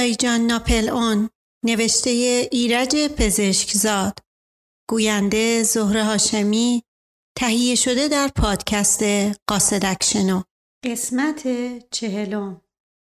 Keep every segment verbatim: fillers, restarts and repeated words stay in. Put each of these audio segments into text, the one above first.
دایجان ناپل اون، نوشته ایرج پزشکزاد، گوینده زهره هاشمی، تهیه شده در پادکست قاصدک شنو. قسمت چهلم.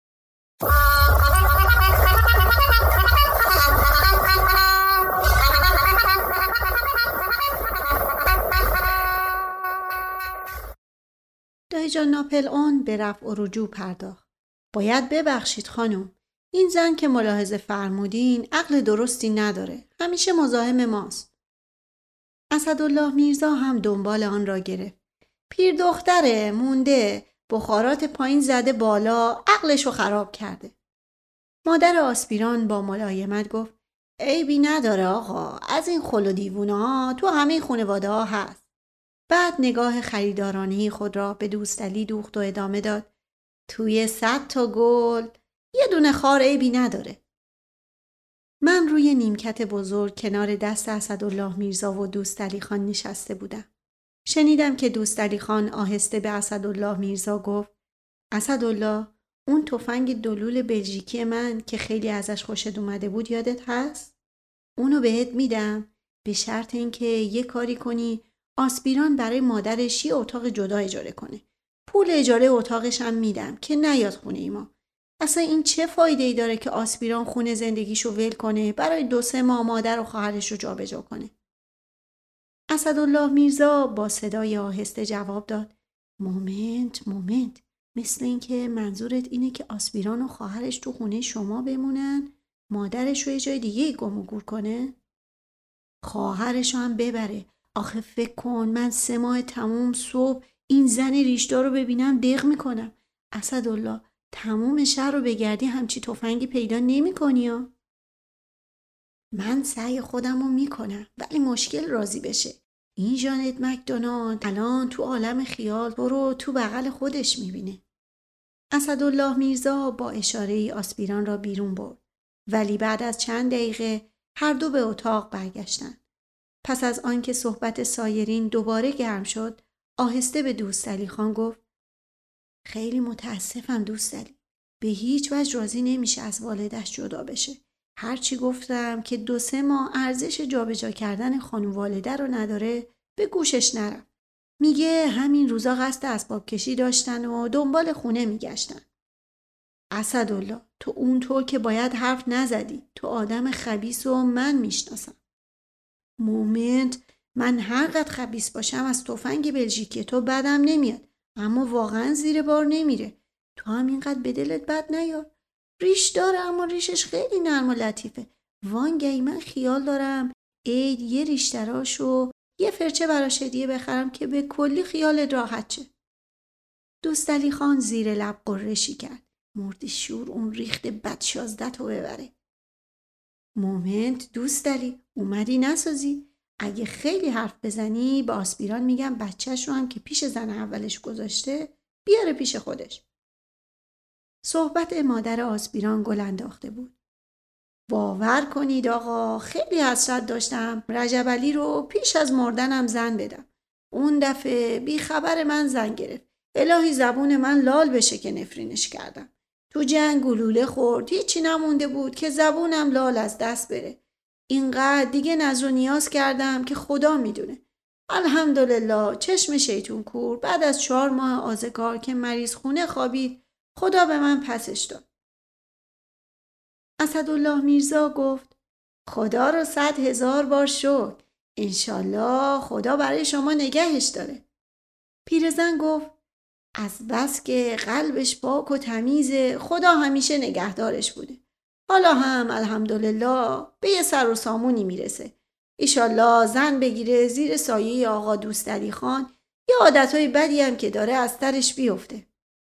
دایجان ناپل اون به رفع و رجوع پرداخت. باید ببخشید خانم. این زن که ملاحظه فرمودین عقل درستی نداره. همیشه مزاحم ماست. اسدالله میرزا هم دنبال آن را گرفت. پیر دختره مونده، بخارات پایین زده بالا، عقلشو خراب کرده. مادر آسپیران با ملایمت گفت عیبی نداره آقا، از این خل و دیوونه ها تو همه خانواده ها هست. بعد نگاه خریدارانه خود را به دوستعلی دوخت و ادامه داد توی صد تا گل یه دونه خار عیبی نداره. من روی نیمکت بزرگ کنار دست اسدالله میرزا و دوستعلی خان نشسته بودم. شنیدم که دوستعلی خان آهسته به اسدالله میرزا گفت اسدالله، اون تفنگ دلول بلژیکی من که خیلی ازش خوشت اومده بود یادت هست؟ اونو بهت میدم به شرط اینکه یه کاری کنی آسپیران برای مادرش یه اتاق جدا اجاره کنه. پول اجاره اتاقش هم میدم که نیاد خونه ای ما. اصلا این چه فایده ای داره که آسپیران خونه زندگیشو ول کنه برای دو سه ماه مادر و خواهرش رو جابجا کنه؟ اسدالله میرزا با صدای آهسته جواب داد مومنت مومنت مثل این که منظورت اینه که آسپیران و خواهرش تو خونه شما بمونن، مادرش رو یه جای دیگه گم و گور کنه؟ خواهرش رو هم ببره. آخه فکر کن من سه ماه تموم صبح این زن ریشدار رو ببینم دق میکنم. اسدالله، تموم شهر رو بگردی همچی تفنگی پیدا نمی کنی ها؟ من سعی خودم رو میکنم ولی مشکل راضی بشه. این جانت مکدونالد الان تو عالم خیال تو رو تو بغل خودش میبینه. اسدالله میرزا با اشاره ای آسپیران را بیرون برد ولی بعد از چند دقیقه هر دو به اتاق برگشتند. پس از آنکه صحبت سایرین دوباره گرم شد آهسته به دوستعلی خان گفت خیلی متاسفم دوستعلی، به هیچ وجه راضی نمیشه از والدش جدا بشه. هرچی گفتم که دو سه ماه ارزش جابجا کردن خانم والده رو نداره به گوشش نرم. میگه همین روزا قصد اسباب کشی داشتن و دنبال خونه میگشتن. اسدالله، تو اونطور که باید حرف نزدی. تو آدم خبیث و من میشناسم. مومنت، من هر قدر خبیث باشم از تفنگ بلژیکی تو بدم نمیاد، اما واقعا زیر بار نمیره. تو هم اینقدر به دلت بد نیار. ریش داره اما ریشش خیلی نرم و لطیفه. وانگهی من خیال دارم عید یه ریشتراشو یه فرچه براش هدیه بخرم که به کلی خیالت راحت شه. دوستعلی خان زیر لب قرشی کرد. مردی شور اون ریخت بدشازده رو ببره. مومنت دوستعلی، اومدی نسازی؟ اگه خیلی حرف بزنی با آسپیران میگم بچهش رو هم که پیش زن اولش گذاشته بیاره پیش خودش. صحبت مادر آسپیران گل انداخته بود. باور کنید آقا، خیلی حسرت داشتم رجب علی رو پیش از مردنم زن بدم. اون دفعه بی خبر من زن گرفت. الهی زبون من لال بشه که نفرینش کردم. تو جنگ گلوله خورد، هیچی نمونده بود که زبونم لال از دست بره. اینقدر دیگه نذر و نیاز کردم که خدا میدونه. الحمدلله چشم شیطون کور بعد از چهار ماه آزگار که مریض خونه خوابید خدا به من پسش داد. اسدالله میرزا گفت خدا رو صد هزار بار شکر. انشالله خدا برای شما نگهش داره. پیرزن گفت از بس که قلبش پاک و تمیزه خدا همیشه نگهدارش بوده. حالا هم الحمدلله به یه سر و سامونی میرسه. ایشالله زن بگیره زیر سایه آقا دوستعلی خان یه عادتهای بدی هم که داره از سرش بیفته.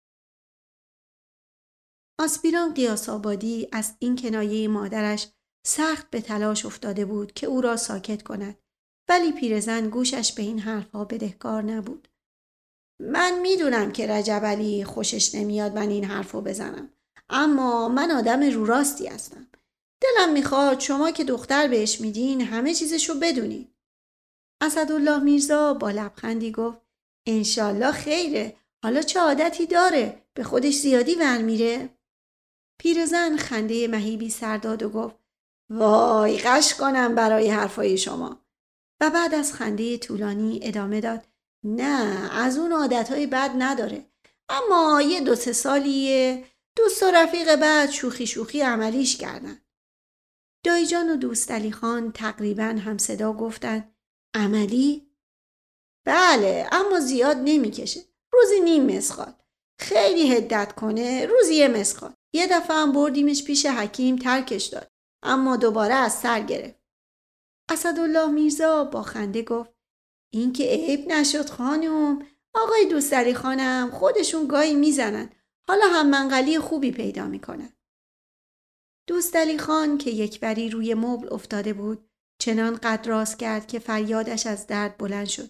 آسپیران قیاس آبادی از این کنایه مادرش سخت به تلاش افتاده بود که او را ساکت کند ولی پیرزن گوشش به این حرفها بدهکار نبود. من میدونم که رجب علی خوشش نمیاد من این حرفو بزنم، اما من آدم رو راستی هستم. دلم میخواد شما که دختر بهش میدین همه چیزشو بدونین. اسدالله میرزا با لبخندی گفت انشالله خیره. حالا چه عادتی داره؟ به خودش زیادی ور میره؟ پیرزن خنده مهیبی سر داد و گفت وای قش کنم برای حرفای شما. و بعد از خنده طولانی ادامه داد نه از اون عادتهای بد نداره، اما یه دو سه سالیه دوست و رفیق بعد شوخی شوخی عملیش کردن. دایی جان و دوست علی خان تقریبا هم صدا گفتن عملی؟ بله اما زیاد نمیکشه، روزی نیم مسخال، خیلی هدت کنه روزی یه مسخال. یه دفعه هم بردیمش پیش حکیم ترکش داد، اما دوباره از سر گرفت. اسدالله میرزا با خنده گفت این که عیب نشد خانم، آقای دوست علی خانم خودشون گاهی میزنن، حالا هم منقلی خوبی پیدا میکنن. دوست علی خان که یکبری روی مبل افتاده بود چنان قد راست کرد که فریادش از درد بلند شد.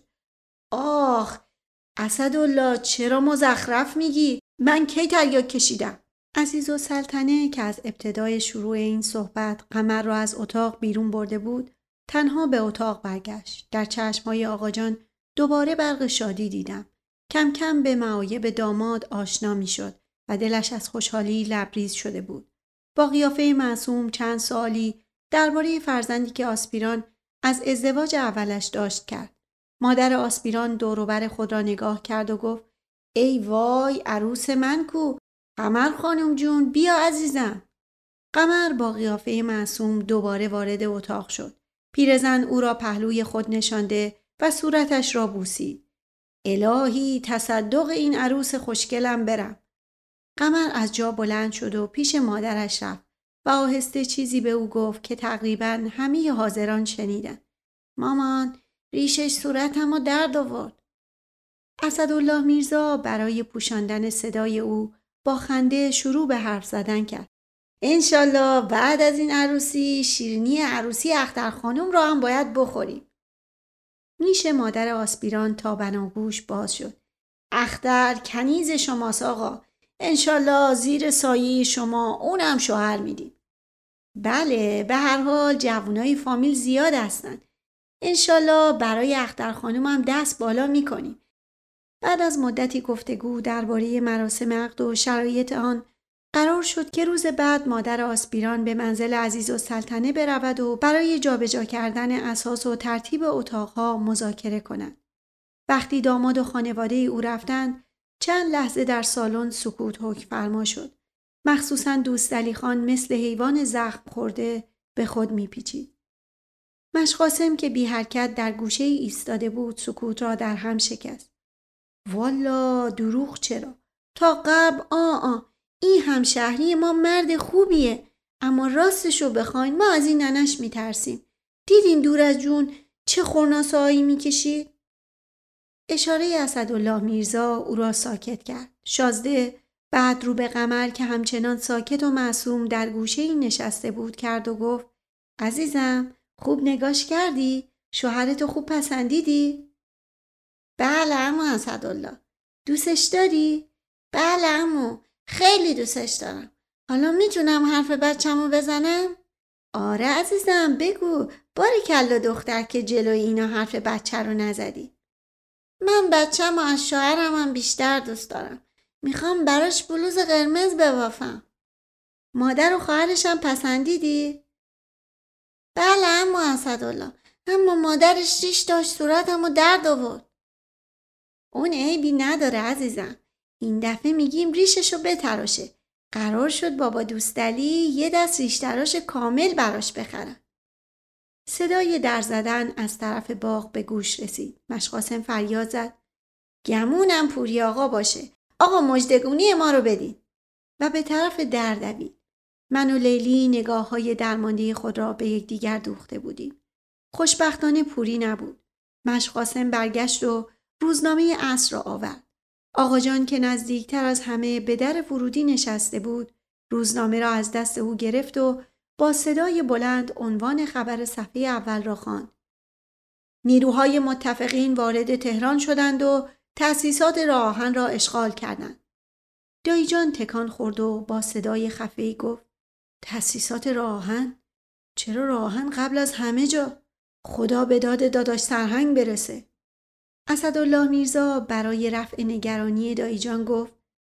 آخ اسدالله چرا مزخرف میگی؟ من کی تریاک کشیدم؟ عزیزالسلطنه که از ابتدای شروع این صحبت قمر را از اتاق بیرون برده بود تنها به اتاق برگشت. در چشمهای آقا جان دوباره برق شادی دیدم. کم کم به معایب داماد آشنا می شد و دلش از خوشحالی لبریز شده بود. با قیافه معصوم چند سوالی درباره فرزندی که آسپیران از ازدواج اولش داشت کرد. مادر آسپیران دوروبر خود را نگاه کرد و گفت ای وای عروس من کو؟ قمر خانم جون بیا عزیزم. قمر با قیافه معصوم دوباره وارد اتاق شد. پیرزن او را پهلوی خود نشانده و صورتش را بوسید. الهی تصدق این عروس خوشگلم برم. قمر از جا بلند شد و پیش مادرش رفت و آهسته چیزی به او گفت که تقریباً همه حاضران شنیدن. مامان ریشش صورتمو درد آورد. اسدالله میرزا برای پوشاندن صدای او با خنده شروع به حرف زدن کرد. انشالله بعد از این عروسی شیرینی عروسی اختر خانم را هم باید بخوریم. نیش مادر آسپیران تا بناگوش باز شد. اختر کنیز شماست آقا. انشالله زیر سایه شما اونم شوهر میدیم. بله به هر حال جوانای فامیل زیاد هستن. انشالله برای اختر خانم هم دست بالا میکنیم. بعد از مدتی گفتگو درباره مراسم عقد و شرایط آن قرار شد که روز بعد مادر آسپیران به منزل عزیزالسلطنه برود و برای جابجا کردن اساس و ترتیب اتاقها مذاکره کند. وقتی داماد و خانواده او رفتند چند لحظه در سالن سکوت حکم فرما شد. مخصوصاً دوست علی خان مثل حیوان زخم خورده به خود میپیچید. مشقاسم که بی حرکت در گوشه ایستاده بود سکوت را در هم شکست. والا دروغ چرا؟ تا قبل آ آ این همشهری ما مرد خوبیه، اما راستشو بخواین ما از این ننش میترسیم. دیدین دور از جون چه خورناسایی میکشید؟ اشاره اسدالله میرزا او را ساکت کرد. شازده بعد رو به قمر که همچنان ساکت و معصوم در گوشه‌ای نشسته بود کرد و گفت عزیزم خوب نگاش کردی؟ شوهرتو خوب پسندیدی؟ بله عمو اسدالله. دوستش داری؟ بله عمو خیلی دوستش دارم. حالا میتونم حرف بچه‌مو بزنم؟ آره عزیزم بگو. باریکلا دختر که جلوی اینا حرف بچه رو نزدی. من بچه‌مو از شوهرم هم بیشتر دوست دارم. میخوام براش بلوز قرمز ببافم. مادر و خواهرش هم پسندیدی؟ بله عمو اسدالله، اما مادرش ریش داشت صورتمو درد آورد. اون عیبی نداره عزیزم. این دفعه میگیم ریششو بتراشه. قرار شد بابا دوستعلی یه دست ریش تراش کامل براش بخرن. صدای در زدن از طرف باغ به گوش رسید. مشقاسم فریاد زد گمونم پوری آقا باشه. آقا مژدگونی ما رو بدین. و به طرف در دوید. من و لیلی نگاه های درمانده خود را به یکدیگر دوخته بودیم. خوشبختانه پوری نبود. مشقاسم برگشت و روزنامه عصر را آورد. آقا جان که نزدیکتر از همه به در ورودی نشسته بود روزنامه را از دست او گرفت و با صدای بلند عنوان خبر صفحه اول را خواند. نیروهای متفقین وارد تهران شدند و تأسیسات راه آهن را اشغال کردند. دایی جان تکان خورد و با صدای خفه‌ای گفت تأسیسات راه آهن؟ چرا راه آهن قبل از همه جا؟ خدا به داد داداش سرهنگ برسه. اسدالله میرزا برای رفع نگرانی دایی جان گفت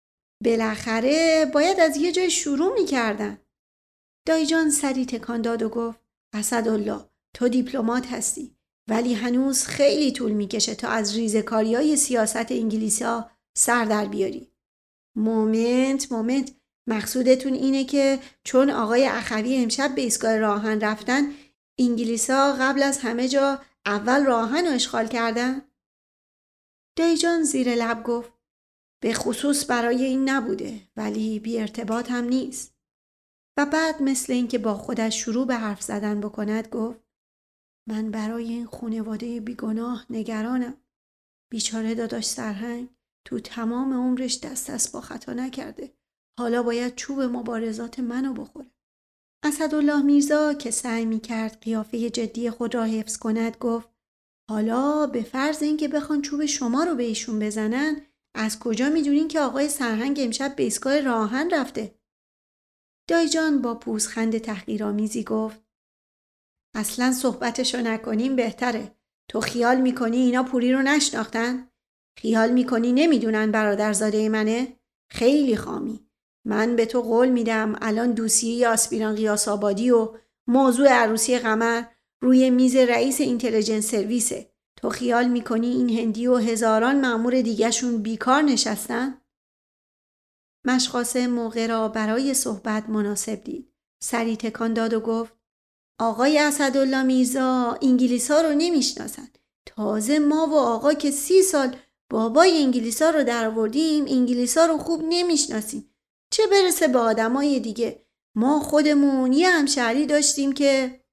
بالاخره باید از یه جای شروع میکردن. دایی جان سری تکان داد و گفت اسدالله تو دیپلمات هستی ولی هنوز خیلی طول میکشه تا از ریزه‌کاری‌های سیاست انگلیسی‌ها سر در بیاری. مومنت مومنت مقصودتون اینه که چون آقای اخوی امشب به ایستگاه راهن رفتن انگلیس‌ها قبل از همه جا اول راهن رو اشغال کردن؟ دایی جان زیر لب گفت به خصوص برای این نبوده ولی بی ارتباط هم نیست. و بعد مثل اینکه با خودش شروع به حرف زدن بکند گفت من برای این خانواده بیگناه نگرانم. بیچاره داداش سرهنگ تو تمام عمرش دست از با خطا نکرده. حالا باید چوب مبارزات منو بخوره. اسدالله میرزا که سعی میکرد قیافه جدی خود را حفظ کند گفت حالا به فرض اینکه بخوان چوب شما رو به ایشون بزنن از کجا میدونین که آقای سرهنگ امشب به ایستگاه راهن رفته؟ دایی جان با پوزخند تحقیرآمیزی گفت اصلا صحبتشو نکنیم بهتره. تو خیال میکنی اینا پوری رو نشناختن؟ خیال میکنی نمیدونن برادرزاده منه؟ خیلی خامی. من به تو قول میدم الان دوسیه آسپیران قیاس آبادی و موضوع عروسی قمر روی میز رئیس اینتلیجنس سرویسه. تو خیال میکنی این هندی و هزاران مأمور دیگه‌شون بیکار نشستن؟ مشقاسم موقع را برای صحبت مناسب دید. سری تکان داد و گفت آقای اسدالله میرزا انگلیس‌ها رو نمیشناسن. تازه ما و آقا که سی سال بابای انگلیس‌ها رو در آوردیم انگلیس‌ها رو خوب نمیشناسیم. چه برسه به آدمای دیگه. ما خودمون یه همشهری داشتیم که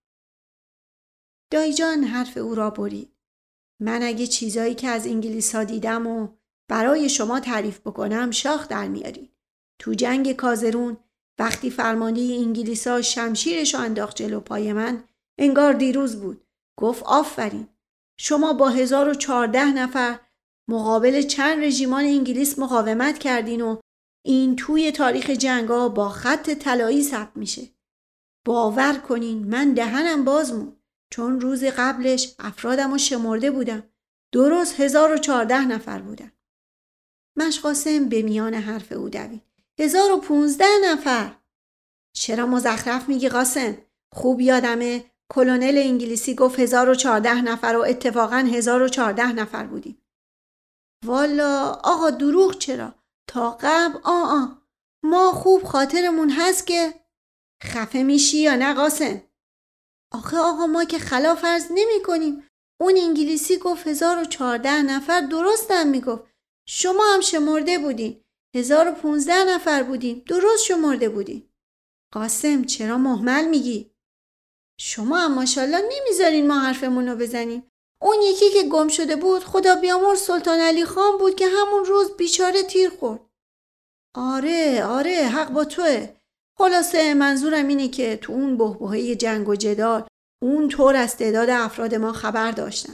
دایی جان حرف او را برید. من اگه چیزایی که از انگلیس‌ها دیدم و برای شما تعریف بکنم شاخ در میاری. تو جنگ کازرون وقتی فرمانده انگلیس‌ها شمشیرش رو انداخت جلو پای من انگار دیروز بود. گفت آفرین. شما با هزار و چهارده نفر مقابل چند رژیمان انگلیس مقاومت کردین و این توی تاریخ جنگا با خط طلایی ثبت میشه. باور کنین من دهنم باز موند چون روز قبلش افرادم رو شمرده بودم. درست هزار و چهارده نفر بودن. مشقاسم به میان حرف او دوید. هزار و پونزده نفر. چرا مزخرف میگی قاسم؟ خوب یادمه کلونل انگلیسی گفت هزار و چهارده نفر و اتفاقاً هزار و چهارده نفر بودیم. والا آقا دروغ چرا؟ تا قبل آه آه ما خوب خاطرمون هست که خفه میشی یا نه قاسم؟ آخه آقا ما که خلاف عرض نمی کنیم. اون انگلیسی گفت هزار و چهارده نفر درستم میگفت. شما هم شمرده بودین. هزار و پونزده نفر بودیم. درست شمرده بودین. قاسم چرا مهمل میگی؟ شما هم ماشاءالله نمیذارین ما حرفمون رو بزنیم. اون یکی که گم شده بود خدا بیامرز سلطان علی خان بود که همون روز بیچاره تیر خورد. آره آره حق با توه. خلاصه منظورم اینه که تو اون بحبوحه جنگ و جدال اون طور از تعداد افراد ما خبر داشتن.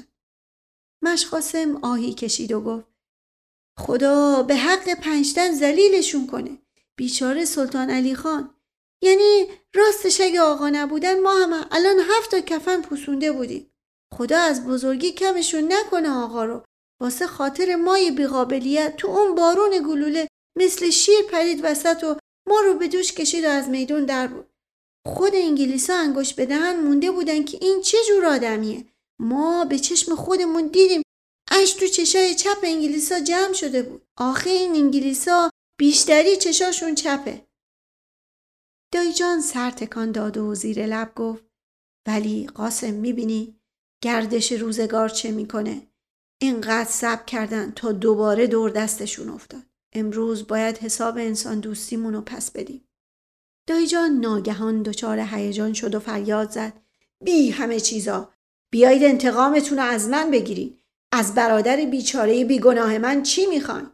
مشقاسم آهی کشید و گفت خدا به حق پنجتن ذلیلشون کنه. بیچاره سلطان علی خان. یعنی راستش اگه آقا نبودن ما هم الان هفت تا کفن پوسونده بودیم. خدا از بزرگی کمشون نکنه آقا رو. واسه خاطر مای بیقابلیت تو اون بارون گلوله مثل شیر پرید وسط و ما رو به دوش کشید و از میدون در بود. خود انگلیسا انگوش به دهن مونده بودن که این چه جور آدمیه. ما به چشم خودمون دیدیم اش تو چشای چپ انگلیسا جمع شده بود. آخه این انگلیسا بیشتری چشاشون چپه. دایی جان سر تکان داد و زیر لب گفت ولی قاسم میبینی گردش روزگار چه میکنه؟ اینقدر صبر کردن تا دوباره دور دستشون افتاد. امروز باید حساب انسان دوستیمونو پس بدیم. دایی جان ناگهان دچار هیجان شد و فریاد زد بی همه چیزا بیایید انتقامتون رو از من بگیرید. از برادر بیچاره بیگناه من چی میخواین؟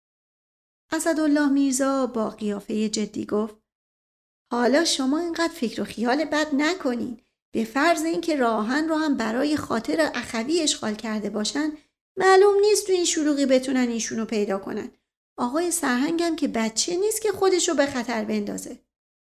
اسدالله میرزا با قیافه جدی گفت حالا شما اینقدر فکر و خیال بد نکنین. به فرض اینکه راهن رو هم برای خاطر اخوی اشغال کرده باشن معلوم نیست تو این شلوغی بتونن ایشونو پیدا کنن. آقای سرهنگم که بچه نیست که خودشو به خطر بندازه.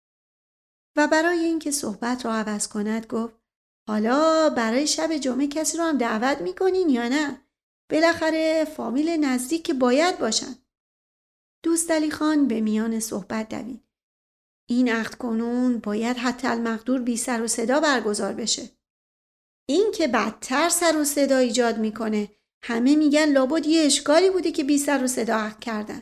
و برای اینکه صحبت رو عوض کند گفت حالا برای شب جمعه کسی رو هم دعوت میکنین یا نه؟ بالاخره فامیل نزدیک که باید باشن. دوستعلی خان به میان صحبت دوید. این عقد کنون باید حتی المقدور بی سر و صدا برگزار بشه. این که بدتر سر و صدا ایجاد میکنه. همه میگن لابد یه اشکالی بوده که بی سر و صدا عقد کردن.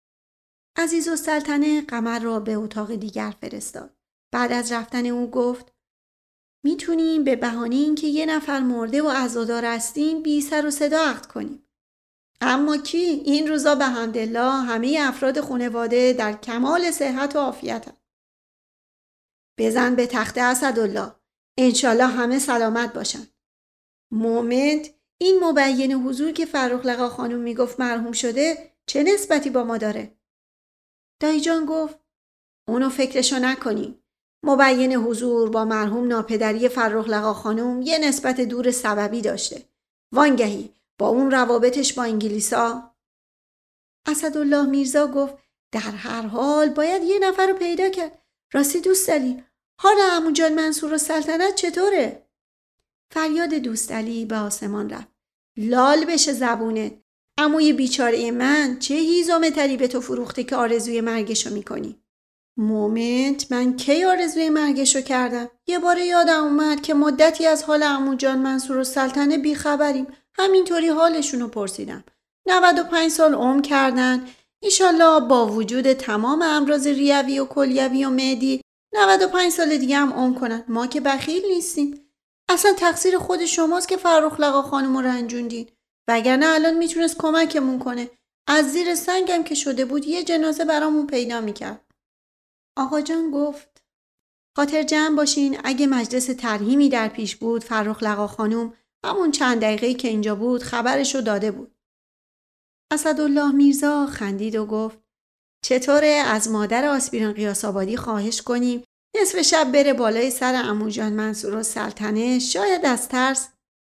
عزیزالسلطنه قمر را به اتاق دیگر فرستاد. بعد از رفتن او گفت میتونیم به بهانه اینکه یه نفر مرده و عزادار هستیم بی سر و صدا عقد کنیم. اما کی؟ این روزا به حمدالله همه افراد خانواده در کمال صحت و عافیت هست. بزن به تخت اسدالله. انشالله همه سلامت باشن. مومنت این مبین حضور که فرخ لقا خانم میگفت مرحوم شده چه نسبتی با ما داره؟ دایی جان گفت اونو فکرشو نکنی. مبین حضور با مرحوم ناپدری فرخ لقا خانم یه نسبت دور سببی داشته. وانگهی با اون روابطش با انگلیسا. اسدالله میرزا گفت در هر حال باید یه نفر رو پیدا کرد. راستی دوستعلی حال عمو جان منصور السلطنه چطوره؟ فریاد دوستعلی به آسمان رفت. لال بشه زبونت. عموی بیچاره من چه هیزومتری به تو فروخته که آرزوی مرگشو میکنی؟ مومنت من کی آرزوی مرگشو کردم؟ یه بار یادم اومد که مدتی از حال عمو جان منصور السلطنه بیخبریم. همینطوری حالشونو پرسیدم. نود و پنج سال عمر کردن. ایشالله با وجود تمام امراض ریوی و کلیوی و معدی نود و پنج سال دیگه هم عمر کنن. ما که بخیل نیستیم. اصلا تقصیر خود شماست که فرخ لقا خانمو رنجوندین. وگرنه الان میتونست کمکمون کنه. از زیر سنگم که شده بود یه جنازه برامون پیدا میکرد. آقا جان گفت خاطر جمع باشین. اگه مجلس ترحیمی در پیش بود فرخ لقا خانم همون چند دقیقه‌ای که اینجا بود خبرشو داده بود. اسدالله میرزا خندید و گفت چطوره از مادر آسپیران قیاس آبادی خواهش کنیم نصف شب بره بالای سر عمو جان منصور السلطنه، شاید از ترس.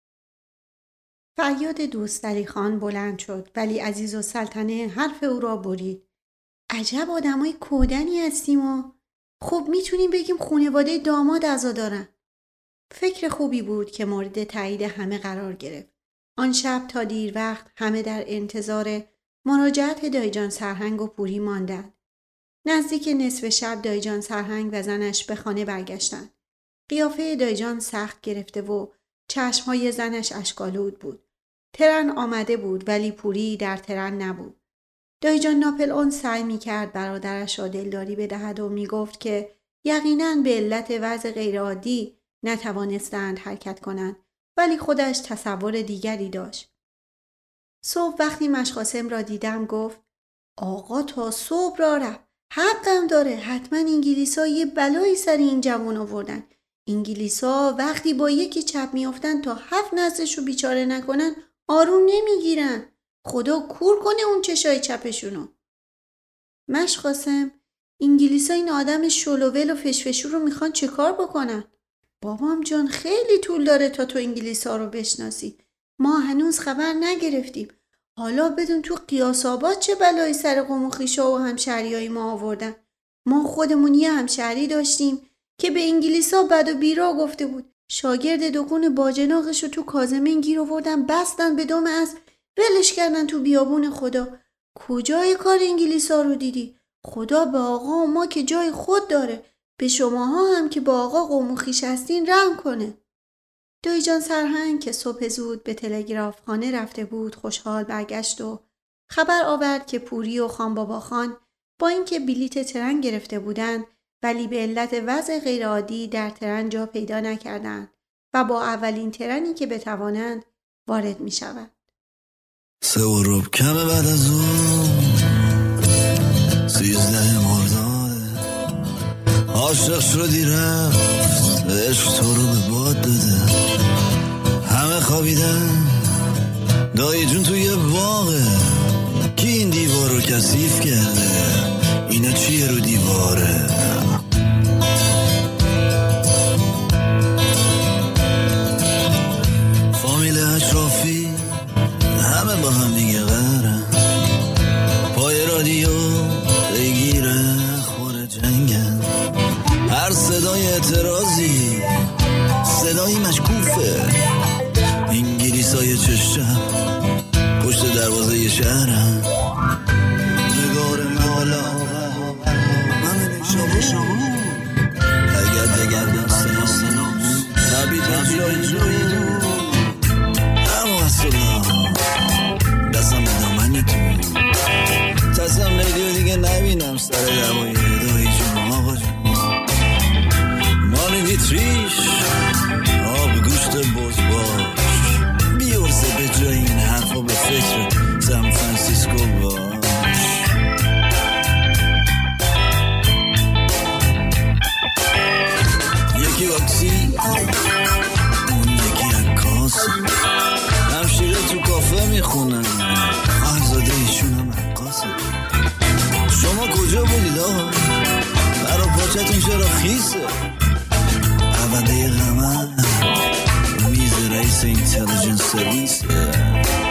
فریاد دوستعلی خان بلند شد ولی عزیزالسلطنه حرف او را برید. عجب آدمای کودنی هستیم و خب میتونیم بگیم خانواده داماد عزادارن. فکر خوبی بود که مورد تایید همه قرار گرفت. آن شب تا دیر وقت همه در انتظار مراجعت دایجان سرهنگ و پوری ماندند. نزدیک نصف شب دایجان سرهنگ و زنش به خانه برگشتند. قیافه دایجان سخت گرفته و چشمهای زنش اشک‌آلود بود. ترن آمده بود ولی پوری در ترن نبود. دایجان ناپل اون سعی می‌کرد برادرش را دلداری بدهد و می‌گفت که یقیناً به علت وضع غیرعادی نتوانستند حرکت کنند ولی خودش تصور دیگری داشت. صبح وقتی مشقاسم را دیدم گفت آقا تا صبح را رفت. حقم داره. حتما انگلیس‌ها یه بلایی سر این جوان آوردن. انگلیس‌ها وقتی با یکی چپ میافتن تا هفت نسلشو بیچاره نکنن آروم نمیگیرن. خدا کور کنه اون چشای چپشونو. مشقاسم انگلیس‌ها این آدم شلوول و فشفشو رو میخوان چه کار بکنن؟ بابام جان خیلی طول داره تا تو انگلیس‌ها رو بشناسی. ما هنوز خبر نگرفتیم. حالا بدون تو قیاس آباد چه بلایی سر قوم و خویشا و همشهریای ما آوردن. ما خودمون یه همشهری داشتیم که به انگلیس‌ها بد و بیرا گفته بود. شاگرد دکون باجناقش رو تو کاظمین گیر آوردن بستن به دم اسب ولش کردن تو بیابون خدا. کجای کار انگلیس‌ها رو دیدی؟ خدا به آقا و ما که جای خود داره. به شماها هم که با آقا قوم و خویش هستین رحم کنه. دایجان سرهنگ که صبح زود به تلگراف خانه رفته بود خوشحال برگشت و خبر آورد که پوری و خان بابا خان با اینکه بلیت ترن گرفته بودند ولی به علت وضع غیرعادی در ترن جا پیدا نکردند و با اولین ترنی که بتوانند وارد می شود. سه و رب کمه بعد از اون سیزده مرداده عاشق شدی رفت عشق تو رو به باد داده همه خوابیدن دایی جون توی باغه کی این دیوار رو کثیف کرده اینا چیه رو دیواره فامیل اشرافی همه با هم دیگه قهرن پای رادیو بگیره خور جنگن هر صدای اعتراضی صدای مشکوفه انگلیسای چشم پشت دروازه شهرم نگار من اتریش آب گوشت بز باش بیارزه به جای این حرفا به فکر سان فرانسیسکو باش یکی واکسی اون یکی عکاس همشیره تو کافه میخونن خواهرزاده ایشون هم عکاسه شما کجا بودید آقا؟ برا پاچتون چرا خیسه؟ پرونده قمر میز رئیس اینتلیجنس سرویسه